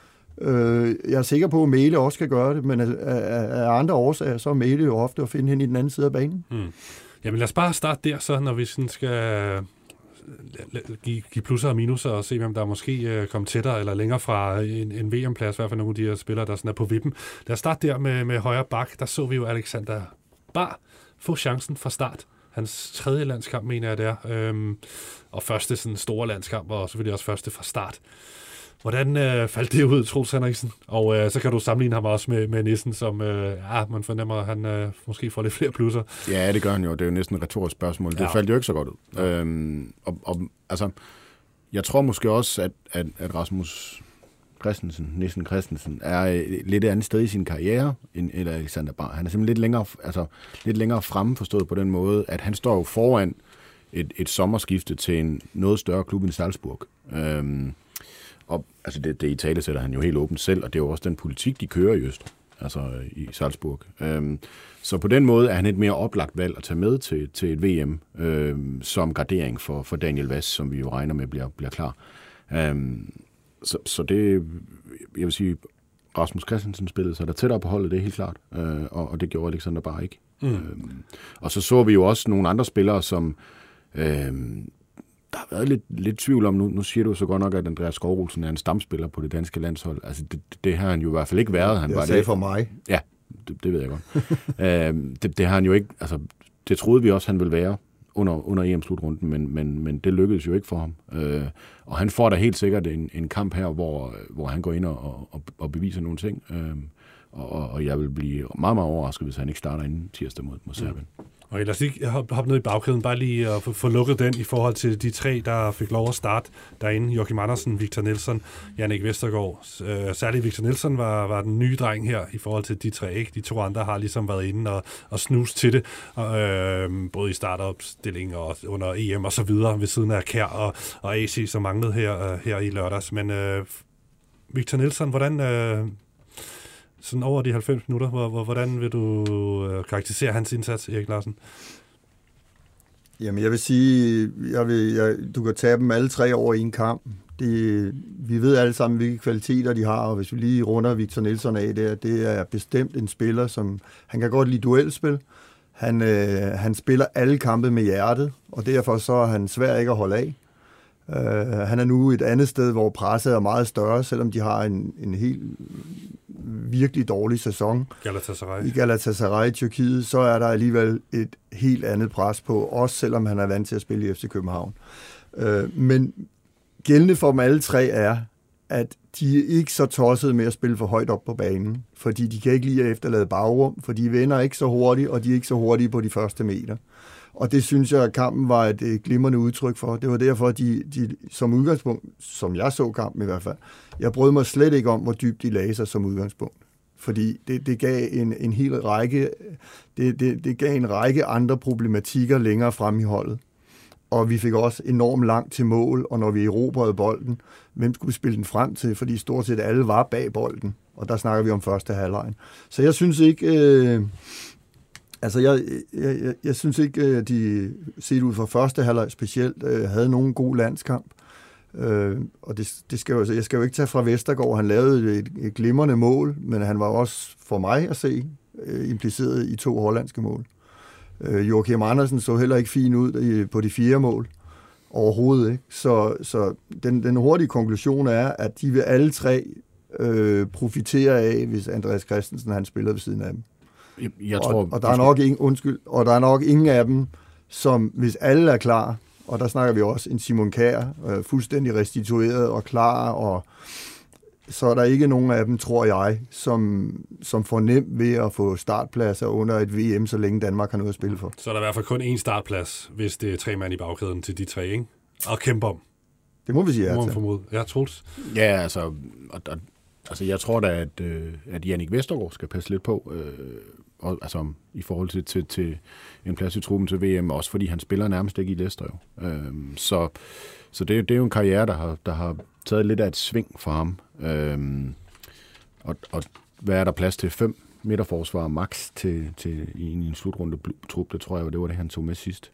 [SPEAKER 3] Jeg er sikker på, at Mæhle også kan gøre det, men af andre årsager, så er Mæhle jo ofte at finde hen i den anden side af banen.
[SPEAKER 1] Jamen lad os bare starte der så, når vi sådan skal give plusser og minuser og se, hvem der måske kommer tættere eller længere fra en VM-plads, i hvert fald nogle af de her spillere, der sådan er på vippen. Lad os starte der med højre bak. Der så vi jo Alexander Bahr få chancen fra start. Hans tredje landskamp, mener jeg, det er. Og første sådan store landskamp, og selvfølgelig også første fra start. Hvordan faldt det ud, Troels Henriksen? Og så kan du sammenligne ham også med Nissen, som man fornemmer, at han måske får lidt flere plusser.
[SPEAKER 2] Ja, det gør han jo. Det er jo næsten et retorisk spørgsmål. Det faldt jo ikke så godt ud. Altså, jeg tror måske også, at Rasmus Nissen Christensen er lidt andet sted i sin karriere end Alexander Bahr. Han er simpelthen lidt længere fremme, forstået på den måde, at han står jo foran et sommerskifte til en noget større klub end Salzburg. Og altså det i tale sætter han jo helt åbent selv, og det er jo også den politik, de kører i Østrig, altså i Salzburg. Så på den måde er han et mere oplagt valg at tage med til et VM som gradering for Daniel Vass, som vi jo regner med bliver klar. Så det, jeg vil sige, Rasmus Christensen spillede sig der tættere på holdet, det er helt klart, og det gjorde Alexander Bahr ikke. Og så vi jo også nogle andre spillere, som der har været lidt tvivl om, nu siger du så godt nok, at Andreas Skov Olsen er en stamspiller på det danske landshold. Altså det har han jo i hvert fald ikke været. Han
[SPEAKER 3] jeg
[SPEAKER 2] var
[SPEAKER 3] sagde det for mig.
[SPEAKER 2] Ja, det ved jeg godt. Det har han jo ikke, altså det troede vi også, han ville være under EM-slutrunden, men det lykkedes jo ikke for ham. Og han får da helt sikkert en kamp her, hvor han går ind og beviser nogle ting. Og jeg vil blive meget, meget overrasket, hvis han ikke starter inden tirsdag mod Serbien.
[SPEAKER 1] Og lad os lige hoppe ned i bagkæden, bare lige at få lukket den i forhold til de tre, der fik lov at starte derinde. Joachim Andersen, Victor Nilsson, Jannik Vestergaard. Særligt Victor Nilsson var den nye dreng her i forhold til de tre, ikke? De to andre har ligesom været inde og snus til det, både i startopstilling og under EM og så videre, ved siden af Kjær og AC, som manglede her i lørdags. Men Victor Nilsson, hvordan sådan over de 90 minutter. Hvordan vil du karakterisere hans indsats, Erik Larsen?
[SPEAKER 3] Jamen, jeg vil sige, du kan tage dem alle 3 over i en kamp. Vi ved alle sammen, hvilke kvaliteter de har, og hvis vi lige runder Victor Nilsson af der, det er bestemt en spiller, som han kan godt lide duelspil. Han spiller alle kampe med hjertet, og derfor så er han svær ikke at holde af. Han er nu et andet sted, hvor presset er meget større, selvom de har en helt virkelig dårlig sæson. I Galatasaray i Tyrkiet, så er der alligevel et helt andet pres på, også selvom han er vant til at spille i FC København. Men gældende for dem alle 3 er, at de er ikke så tossede med at spille for højt op på banen, fordi de kan ikke lide at efterlade bagrum, for de vender ikke så hurtigt, og de er ikke så hurtige på de første meter. Og det synes jeg, at kampen var et glimrende udtryk for. Det var derfor, at de som udgangspunkt, som jeg så kampen i hvert fald, jeg brød mig slet ikke om, hvor dybt de lagde sig som udgangspunkt. Fordi det gav en hel række, det gav en række andre problematikker længere frem i holdet. Og vi fik også enormt langt til mål, og når vi erobrede bolden, hvem skulle vi spille den frem til? Fordi stort set alle var bag bolden, og der snakker vi om første halvleg. Så jeg synes ikke... Jeg synes ikke, at de set ud fra første halvleg specielt havde nogen god landskamp. Og jeg skal jo ikke tage fra Vestergaard. Han lavede et glimrende mål, men han var også for mig at se impliceret i 2 hollandske mål. Joachim Andersen så heller ikke fin ud på de 4 mål. Overhovedet ikke. Så den hurtige konklusion er, at de vil alle 3 profitere af, hvis Andreas Christensen han spiller ved siden af dem.
[SPEAKER 2] Jeg tror,
[SPEAKER 3] og der er nok ingen af dem, som hvis alle er klar, og der snakker vi også en Simon Kjær, fuldstændig restitueret og klar, og så er der ikke nogen af dem, tror jeg, som får nemt ved at få startpladser under et VM, så længe Danmark har noget at spille for.
[SPEAKER 1] Så er der i hvert fald kun 1 startplads, hvis det er 3 mand i bagkæden til de 3, ikke? Og kæmpe om.
[SPEAKER 3] Det må vi sige,
[SPEAKER 1] Ja, Troels.
[SPEAKER 2] Ja, altså jeg tror da, at Jannik Vestergaard skal passe lidt på, og, altså i forhold til en plads i truppen til VM, også fordi han spiller nærmest ikke i Leicester jo. Så det er jo en karriere, der har taget lidt af et sving for ham. Og hvad er der plads til? 5 midterforsvar max til i en slutrunde trup, det tror jeg, det var det, han tog med sidst.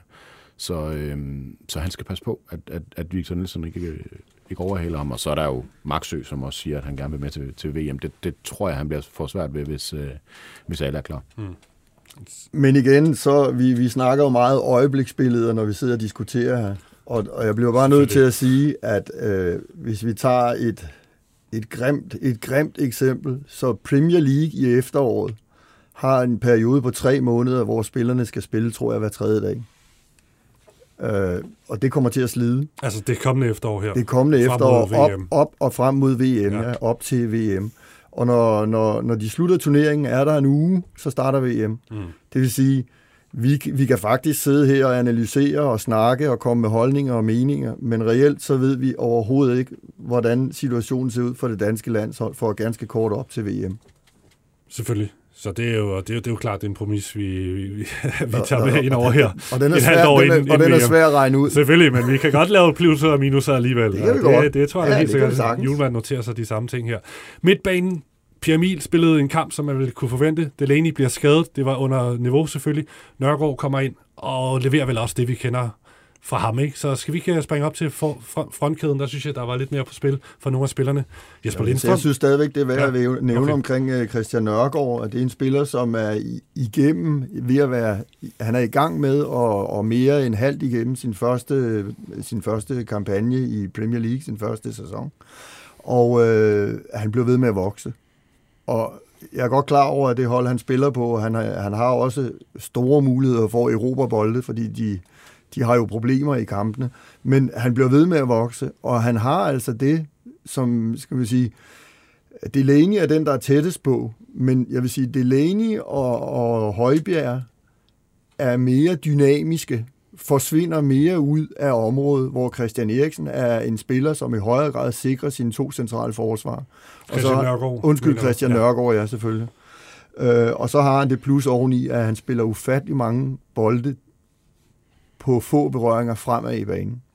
[SPEAKER 2] Så han skal passe på, at Victor Nilsson ikke overhaler ham, og så er der jo Maxø, som også siger, at han gerne vil med til VM. Det tror jeg, han bliver for svært ved, hvis alle er klar.
[SPEAKER 3] Men igen, så vi snakker jo meget øjebliksbilleder, når vi sidder og diskuterer her. Og jeg bliver bare nødt til at sige, at hvis vi tager et grimt eksempel, så Premier League i efteråret har en periode på 3 måneder, hvor spillerne skal spille, tror jeg, hver 3. dag. Og det kommer til at slide.
[SPEAKER 1] Altså det kommende efterår her?
[SPEAKER 3] Det kommende efterår, op og frem mod VM, ja, op til VM. Og når de slutter turneringen, er der en uge, så starter VM. Det vil sige, vi kan faktisk sidde her og analysere og snakke og komme med holdninger og meninger, men reelt så ved vi overhovedet ikke, hvordan situationen ser ud for det danske landshold for ganske kort op til VM.
[SPEAKER 1] Selvfølgelig. Så det er jo klart, det er en præmis, vi tager med ind over her.
[SPEAKER 3] Og den er svær at regne ud.
[SPEAKER 1] Selvfølgelig, men vi kan godt lave plusser og minuser alligevel.
[SPEAKER 3] Det kan vi godt.
[SPEAKER 1] Det tror jeg helt sikkert. Julemand noterer sig de samme ting her. Midtbanen, Pierre Emil spillede en kamp, som man ville kunne forvente. Delaney bliver skadet. Det var under niveau selvfølgelig. Nørgaard kommer ind og leverer vel også det, vi kender fra ham, ikke? Så skal vi ikke springe op til frontkæden? Der synes jeg, der var lidt mere på spil for nogle af spillerne. Jesper Lindstrøm.
[SPEAKER 3] Jeg synes stadigvæk, det er værd at nævne omkring Christian Nørgaard, at det er en spiller, som er igennem ved at være... Han er i gang med og mere end halvt igennem sin første kampagne i Premier League, sin første sæson. Og han blev ved med at vokse. Og jeg er godt klar over, at det hold, han spiller på, han har også store muligheder for at erobre bolde, fordi de har jo problemer i kampene, men han bliver ved med at vokse, og han har altså det, som, skal vi sige, Delaney er den, der er tættest på, men jeg vil sige, Delaney og Højbjerg er mere dynamiske, forsvinder mere ud af området, hvor Christian Eriksen er en spiller, som i højere grad sikrer sine 2 centrale forsvar. Christian Nørgaard, ja, selvfølgelig. Og så har han det plus oveni, at han spiller ufattelig mange bolde på få berøringer fremad i banen.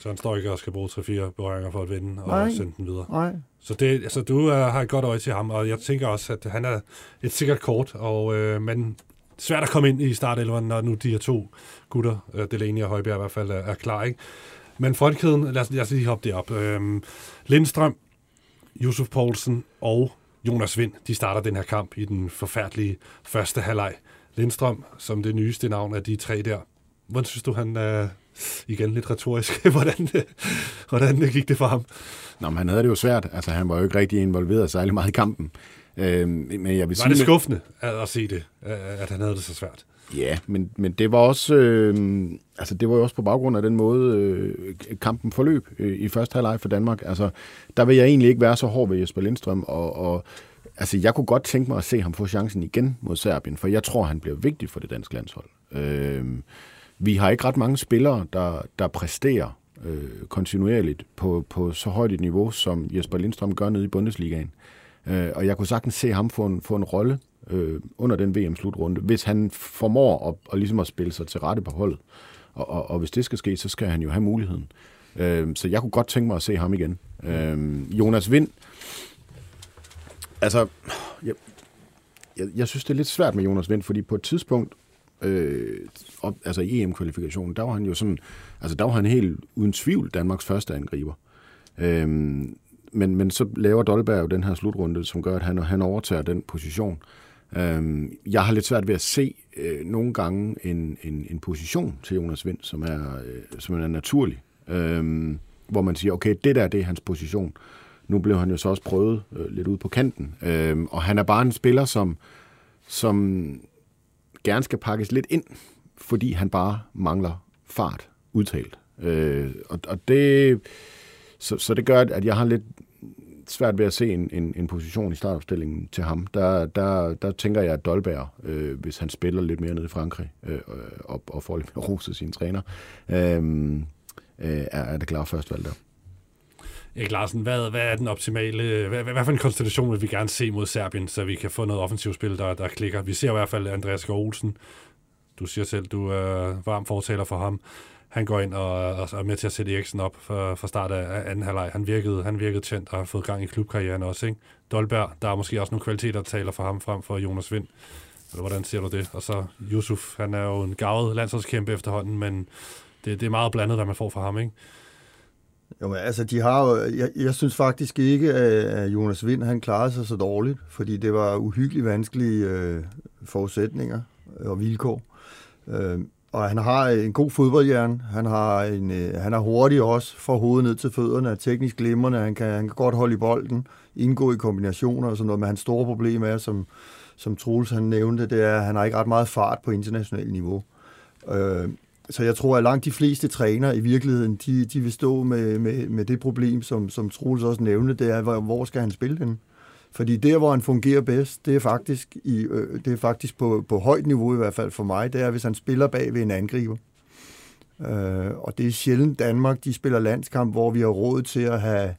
[SPEAKER 1] Så han står ikke og skal bruge 3-4 berøringer for at vinde og sende den videre.
[SPEAKER 3] Nej.
[SPEAKER 1] Så du har et godt øje til ham, og jeg tænker også, at han er et sikkert kort, men svært at komme ind i startelveren, når nu de her to gutter, Delaney og Højbjerg i hvert fald, er klar, ikke? Men frontkæden, lad os lige hoppe det op. Lindstrøm, Yusuf Poulsen og Jonas Vind, de starter den her kamp i den forfærdelige første halvleg. Lindstrøm, som det nyeste navn af de tre der. Hvordan synes du, han igen lidt retorisk, hvordan gik det for ham?
[SPEAKER 2] Nå, men han havde det jo svært. Altså, han var jo ikke rigtig involveret særlig meget i kampen. Men jeg vil
[SPEAKER 1] var det skuffende at se det, at han havde det så svært?
[SPEAKER 2] Ja, men det var også det var jo også på baggrund af den måde kampen forløb i første halvleg for Danmark. Altså, der vil jeg egentlig ikke være så hård ved Jesper Lindstrøm, og altså, jeg kunne godt tænke mig at se ham få chancen igen mod Serbien, for jeg tror, han bliver vigtig for det danske landshold. Vi har ikke ret mange spillere, der præsterer kontinuerligt på så højt et niveau, som Jesper Lindstrøm gør nede i Bundesligaen. Og jeg kunne sagtens se ham få en rolle under den VM-slutrunde, hvis han formår at spille sig til rette på holdet. Og hvis det skal ske, så skal han jo have muligheden. Så jeg kunne godt tænke mig at se ham igen. Jonas Vind, altså, jeg synes, det er lidt svært med Jonas Vind, fordi på et tidspunkt, i EM-kvalifikationen, der var han jo sådan, altså der var han helt uden tvivl Danmarks første angriber. Men så laver Dolberg jo den her slutrunde, som gør, at han overtager den position. Jeg har lidt svært ved at se nogle gange en position til Jonas Vind, som er naturlig. Hvor man siger, okay, det er hans position. Nu blev han jo så også prøvet lidt ude på kanten. Og han er bare en spiller, som gerne skal pakkes lidt ind, fordi han bare mangler fart udtalt. Og det... Så det gør, at jeg har lidt svært ved at se en position i startopstillingen til ham. Der tænker jeg, at Dolberg, hvis han spiller lidt mere nede i Frankrig og får lidt mere ros af sine træner, er det klart førstvalg der.
[SPEAKER 1] Erik Larsen, hvad er den optimale... Hvad for en konstellation vil vi gerne se mod Serbien, så vi kan få noget offensivt spil, der klikker? Vi ser i hvert fald Andreas Gaard Olsen. Du siger selv, du er varm fortaler for ham. Han går ind og er med til at sætte Eriksen op fra start af anden halvleg. Han virkede tændt og har fået gang i klubkarrieren også, ikke? Dolberg, der er måske også nogle kvaliteter, der taler for ham frem for Jonas Vind. Hvordan ser du det? Og så Yusuf, han er jo en garvet landsholdskæmpe efterhånden, men det er meget blandet, hvad man får fra ham, ikke?
[SPEAKER 3] Jo, men altså, de har jo... Jeg synes faktisk ikke, at Jonas Vind, han klarede sig så dårligt, fordi det var uhyggeligt vanskelige forudsætninger og vilkår. Og han har en god fodboldhjerne. Han er hurtig også fra hovedet ned til fødderne, er teknisk glimrende. Han kan godt holde i bolden, indgå i kombinationer og sådan noget. Men hans store problem er, som Troels han nævnte, det er, at han har ikke ret meget fart på internationalt niveau. Så jeg tror, at langt de fleste trænere i virkeligheden, de vil stå med det problem, som Troels også nævnte, det er, hvor skal han spille den? Fordi der, hvor han fungerer bedst, det er faktisk på højt niveau i hvert fald for mig, det er, hvis han spiller bag ved en angriber. Og det er sjældent Danmark, de spiller landskamp, hvor vi har råd til at have,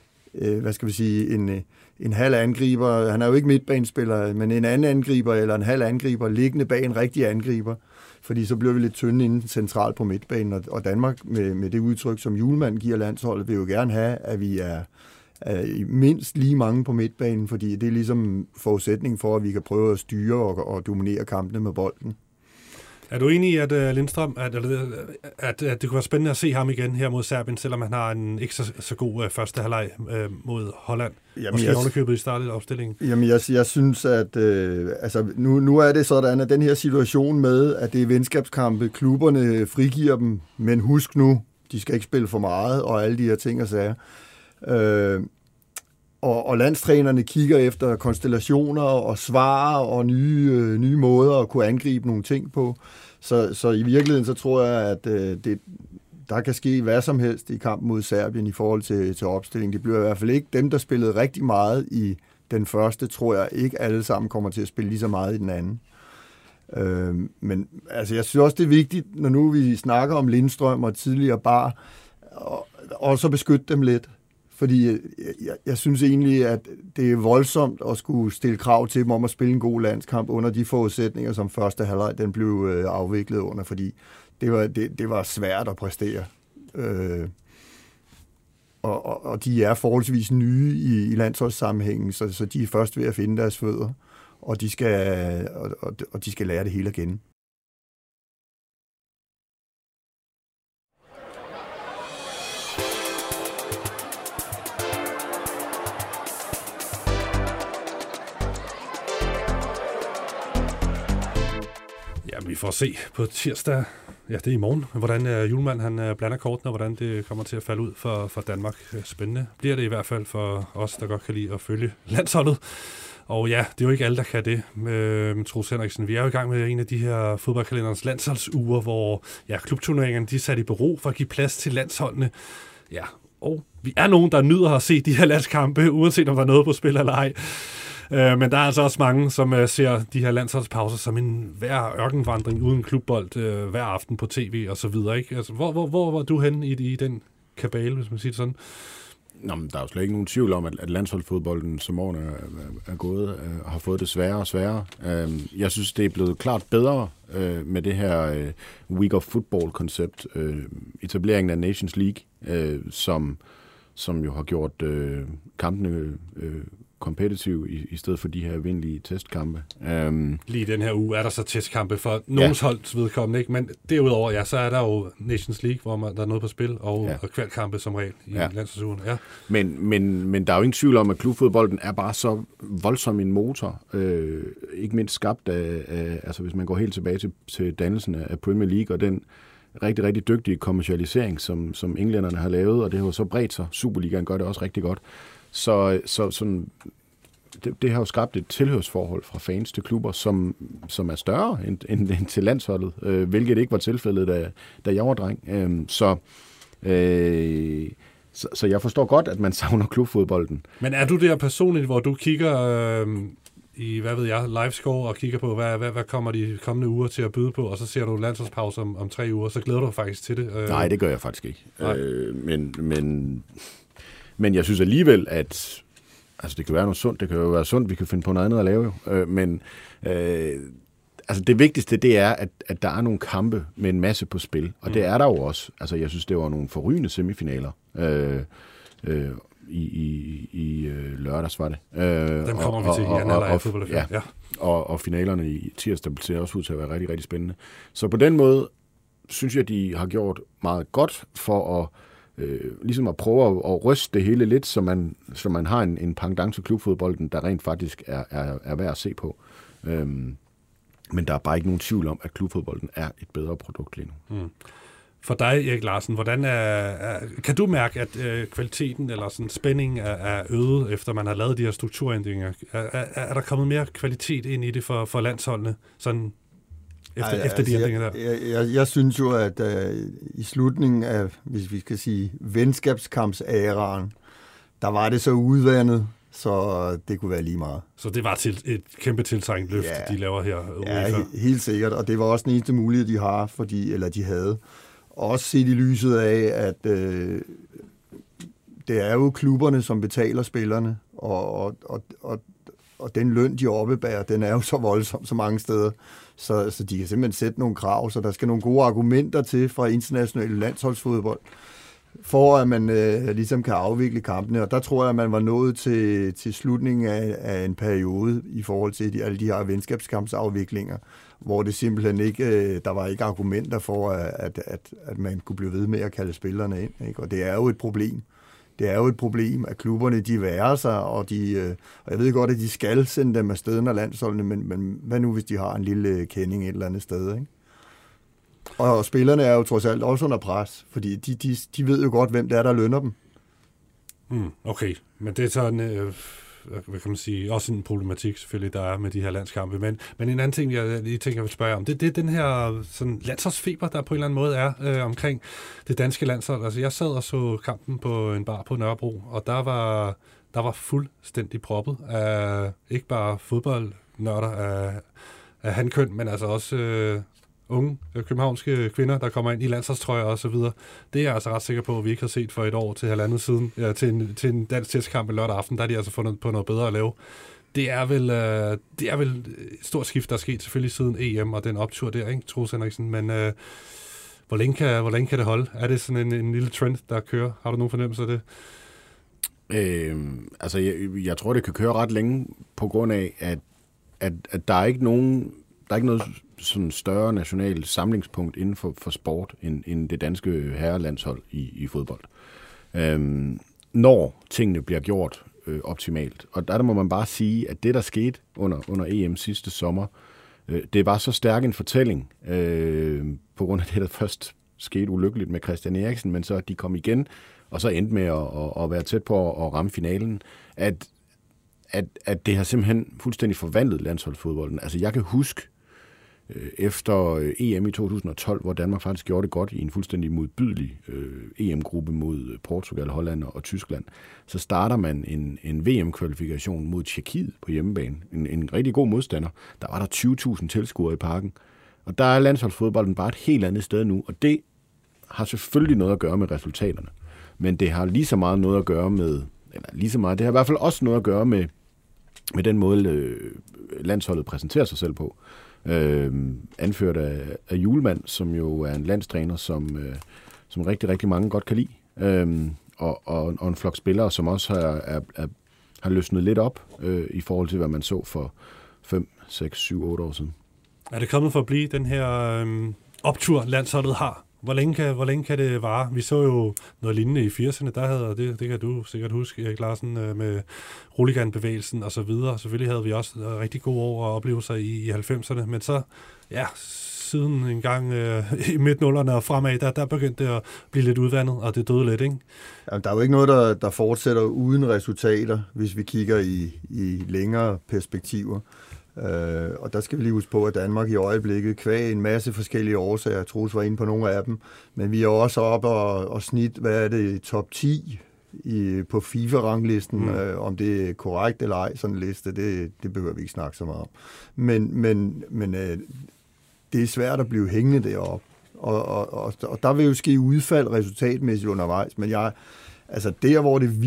[SPEAKER 3] en halv angriber. Han er jo ikke midtbanespiller, men en anden angriber eller en halv angriber liggende bag en rigtig angriber. Fordi så bliver vi lidt tynde inde centralt på midtbanen. Og Danmark, med det udtryk, som Hjulmand giver landsholdet, vil jo gerne have, at vi er mindst lige mange på midtbanen, fordi det er ligesom forudsætning for, at vi kan prøve at styre og dominere kampene med bolden. Er
[SPEAKER 1] du enig i, at Lindstrøm, at det kunne være spændende at se ham igen her mod Serbien, selvom han har en ikke så god første halvleg mod Holland? Måske underkøbet i startet opstillingen.
[SPEAKER 3] Jamen, jeg synes, at nu er det sådan, at den her situation med, at det er venskabskampe, klubberne frigiver dem, men husk nu, de skal ikke spille for meget, og alle de her ting og sager. Og landstrænerne kigger efter konstellationer og svar og nye måder at kunne angribe nogle ting på. Så i virkeligheden så tror jeg, at der kan ske hvad som helst i kampen mod Serbien i forhold til opstillingen. Det bliver i hvert fald ikke dem, der spillede rigtig meget i den første, tror jeg ikke alle sammen kommer til at spille lige så meget i den anden. Men altså, jeg synes også, det er vigtigt, når nu vi snakker om Lindstrøm og tidligere Bar, og så beskytte dem lidt. Fordi jeg synes egentlig, at det er voldsomt at skulle stille krav til dem om at spille en god landskamp under de forudsætninger, som første halvleg den blev afviklet under, fordi det var svært at præstere. og de er forholdsvis nye i landsholdssammenhængen, så de er først ved at finde deres fødder, og de skal lære det hele igen.
[SPEAKER 1] Vi får se på tirsdag, ja det er i morgen, hvordan Julemand han blander kortene, og hvordan det kommer til at falde ud for Danmark. Spændende bliver det i hvert fald for os, der godt kan lide at følge landsholdet. Og ja, det er jo ikke alle, der kan det med Troels Henriksen. Vi er jo i gang med en af de her fodboldkalenderens landsholdsuger, hvor klubturneringerne de er sat i bero for at give plads til landsholdene. Ja, og vi er nogen, der nyder at se de her landskampe, uanset om der er noget på spil eller ej. Men der er altså også mange, som ser de her landsholdspauser som en hver ørkenvandring uden klubbold hver aften på tv og så videre, ikke? Altså, hvor var du henne i den kabale, hvis man siger det sådan?
[SPEAKER 2] Nå, men der er jo slet ikke nogen tvivl om, at landsholdsfodbolden, som årene er gået, har fået det sværere og sværere. Jeg synes, det er blevet klart bedre med det her Week of Football-koncept. Etableringen af Nations League, som jo har gjort kampene competitive i stedet for de her vindelige testkampe.
[SPEAKER 1] Lige den her uge er der så testkampe for nogens holds vedkommende, ikke? Men derudover, så er der jo Nations League, hvor der er noget på spil, og kvalkampe som regel i landsholdsugen. Ja.
[SPEAKER 2] Men der er jo ingen tvivl om, at klubfodbolden er bare så voldsom en motor. Ikke mindst skabt af altså hvis man går helt tilbage til dannelsen af Premier League, og den rigtig, rigtig dygtige kommercialisering, som englænderne har lavet, og det har jo så bredt sig. Superligaen gør det også rigtig godt. Så sådan, det har jo skabt et tilhørsforhold fra fans til klubber, som er større end til landsholdet, hvilket ikke var tilfældet, da jeg var dreng. Så jeg forstår godt, at man savner klubfodbolden.
[SPEAKER 1] Men er du der personligt, hvor du kigger i, livescore og kigger på, hvad kommer de kommende uger til at byde på, og så ser du landsholdspause om 3 uger, så glæder du faktisk til det?
[SPEAKER 2] Nej, det gør jeg faktisk ikke. Men jeg synes alligevel, at altså det kan være noget sundt, det kan jo være sundt, vi kan finde på noget andet at lave, altså det vigtigste, det er, at der er nogle kampe med en masse på spil, og det er der jo også. Altså jeg synes, det var nogle forrygende semifinaler i lørdags, var det.
[SPEAKER 1] Den kommer vi til i anden halvleg af fodbold.
[SPEAKER 2] Ja. Og finalerne i tirsdag ser også ud til at være rigtig, rigtig spændende. Så på den måde synes jeg, de har gjort meget godt for at ligesom at prøve at ryste det hele lidt, så man har en pendant til klubfodbolden, der rent faktisk er værd at se på. Men der er bare ikke nogen tvivl om, at klubfodbolden er et bedre produkt lige nu.
[SPEAKER 1] For dig, Erik Larsen, hvordan kan du mærke, at kvaliteten eller sådan spændingen er øget, efter man har lavet de her strukturændringer? Er der kommet mere kvalitet ind i det for landsholdene, sådan efter de ændringer der?
[SPEAKER 3] Jeg synes jo, at i slutningen af, hvis vi skal sige, venskabskampsæraen, der var det så udvandet, så det kunne være lige meget.
[SPEAKER 1] Så det var et kæmpe tiltrængt løft, de laver her?
[SPEAKER 3] Ja, helt sikkert, og det var også den eneste mulighed, de har, de havde. Også set i lyset af, at det er jo klubberne, som betaler spillerne, og den løn, de oppebærer, den er jo så voldsom så mange steder, så de kan simpelthen sætte nogle krav, så der skal nogle gode argumenter til fra internationale landsholdsfodbold, for at man ligesom kan afvikle kampene, og der tror jeg, at man var nået til slutningen af en periode i forhold til alle de her venskabskampsafviklinger, hvor det simpelthen ikke, der var ikke argumenter for, at man kunne blive ved med at kalde spillerne ind, ikke? Og det er jo et problem. Det er jo et problem, at klubberne, de værer sig, og jeg ved godt, at de skal sende dem afsted, når landsholdene, men hvad nu, hvis de har en lille kending et eller andet sted, ikke? Og spillerne er jo trods alt også under pres, fordi de ved jo godt, hvem det er, der lønner dem.
[SPEAKER 1] Okay, men det er sådan, hvad kan man sige, også en problematik selvfølgelig, der er med de her landskampe. Men en anden ting, jeg lige tænker, jeg vil spørge om, det er den her sådan, landsholdsfeber, der på en eller anden måde er omkring det danske landshold. Altså, jeg sad og så kampen på en bar på Nørrebro, og der var fuldstændig proppet af ikke bare fodboldnørder af hankøn, men altså også unge københavnske kvinder, der kommer ind i landsholdstrøjer og så videre. Det er jeg altså ret sikker på, at vi ikke har set for et år til halvandet siden, til en dansk testkamp lørdag aften, der er de altså fundet på noget bedre at lave. Det er vel et stort skift, der er sket selvfølgelig siden EM og den optur der, ikke, Troels Henriksen, men Hvor længe kan det holde? Er det sådan en lille trend, der kører? Har du nogen fornemmelse af det?
[SPEAKER 2] Altså, jeg tror, det kan køre ret længe på grund af, at der er ikke noget sådan større national samlingspunkt inden for sport end det danske herrelandshold i fodbold. Når tingene bliver gjort optimalt. Og der må man bare sige, at det, der skete under EM sidste sommer, det var så stærk en fortælling, på grund af det, der først skete ulykkeligt med Christian Eriksen, men så de kom igen, og så endte med at være tæt på at ramme finalen, at det har simpelthen fuldstændig forvandlet landsholdsfodbolden. Altså, jeg kan huske, efter EM i 2012, hvor Danmark faktisk gjorde det godt i en fuldstændig modbydelig EM-gruppe mod Portugal, Holland og Tyskland, så starter man en VM-kvalifikation mod Tjekkiet på hjemmebane. En rigtig god modstander. Der var der 20.000 tilskuere i parken. Og der er landsholdsfodbolden bare et helt andet sted nu, og det har selvfølgelig noget at gøre med resultaterne. Men det har lige så meget noget at gøre med, det har i hvert fald også noget at gøre med den måde, landsholdet præsenterer sig selv på. Anført af Hjulmand, som jo er en landstræner, som rigtig, rigtig mange godt kan lide. Og en flok spillere, som også har løsnet lidt op i forhold til, hvad man så for 5, 6, 7, 8 år siden.
[SPEAKER 1] Er det kommet for at blive den her optur, landsholdet har? Hvor længe kan det vare? Vi så jo noget lignende i 80'erne, der havde, det kan du sikkert huske, Erik Larsen, med Roligan-bevægelsen og så videre. Selvfølgelig havde vi også rigtig gode år og oplevelser i 90'erne, men så, ja, siden en gang i midt-nullerne og fremad, der begyndte det at blive lidt udvandet, og det døde lidt, ikke?
[SPEAKER 3] Jamen, der er jo ikke noget, der fortsætter uden resultater, hvis vi kigger i længere perspektiver. Og der skal vi lige huske på, at Danmark i øjeblikket kvæg en masse forskellige årsager. Troels var inde på nogle af dem. Men vi er også oppe og snit, hvad er det, top 10 på FIFA-ranglisten. Om det er korrekt eller ej, sådan en liste, det behøver vi ikke snakke så meget om. Men det er svært at blive hængende deroppe. Og der vil jo ske udfald resultatmæssigt undervejs. Men altså der,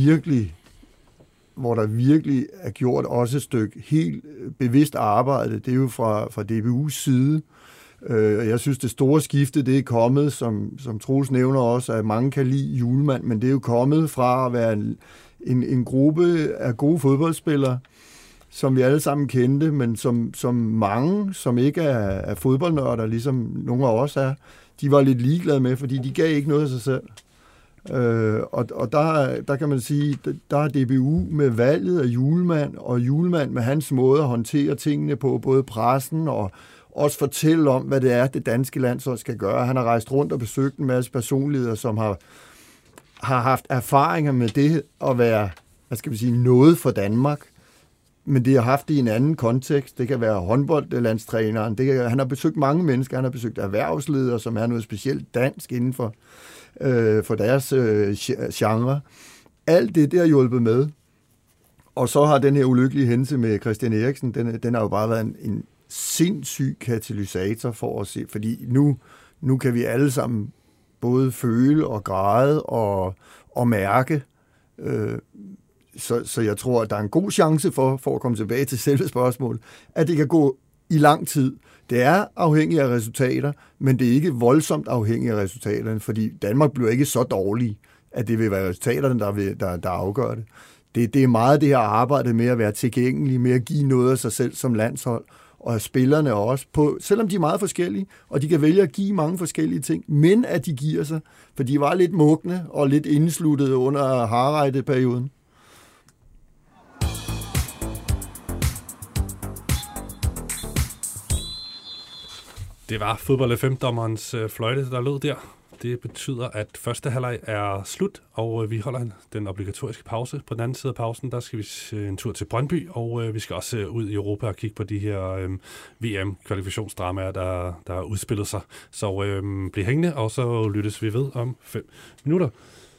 [SPEAKER 3] hvor der virkelig er gjort også et stykke helt bevidst arbejde, det er jo fra DBU's side. Jeg synes, det store skifte, det er kommet, som Troels nævner også, at mange kan lide Hjulmand, men det er jo kommet fra at være en gruppe af gode fodboldspillere, som vi alle sammen kendte, men som mange, som ikke er fodboldnørder, ligesom nogle af os er, de var lidt ligeglade med, fordi de gav ikke noget af sig selv. Og der kan man sige, der er DBU med valget af Hjulmand, og Hjulmand med hans måde at håndtere tingene på, både pressen og også fortælle om, hvad det er, det danske landshold skal gøre. Han har rejst rundt og besøgt en masse personligheder, som har haft erfaringer med det at være, noget for Danmark. Men det har haft det i en anden kontekst. Det kan være håndboldlandstræneren. Han har besøgt mange mennesker. Han har besøgt erhvervsledere, som er noget specielt dansk inden for deres genre. Alt det, der har hjulpet med. Og så har den her ulykkelige hændelse med Christian Eriksen, den har jo bare været en sindssyg katalysator for at se, fordi nu kan vi alle sammen både føle og græde og mærke. Så jeg tror, at der er en god chance for at komme tilbage til selve spørgsmålet, at det kan gå i lang tid. Det er afhængigt af resultater, men det er ikke voldsomt afhængigt af resultaterne, fordi Danmark bliver ikke så dårlig, at det vil være resultaterne, der afgør det. Det er meget det her arbejde med at være tilgængelig, med at give noget af sig selv som landshold, og spillerne også, selvom de er meget forskellige, og de kan vælge at give mange forskellige ting, men at de giver sig, for de var lidt mugne og lidt indsluttet under Harreide-perioden.
[SPEAKER 1] Det var fodbold FM-dommerens fløjte, der lød der. Det betyder, at første halvleg er slut, og vi holder den obligatoriske pause. På den anden side af pausen, der skal vi en tur til Brøndby, og vi skal også ud i Europa og kigge på de her VM-kvalifikationsdramaer, der har udspillet sig. Så bliv hængende, og så lyttes vi ved om 5 minutter.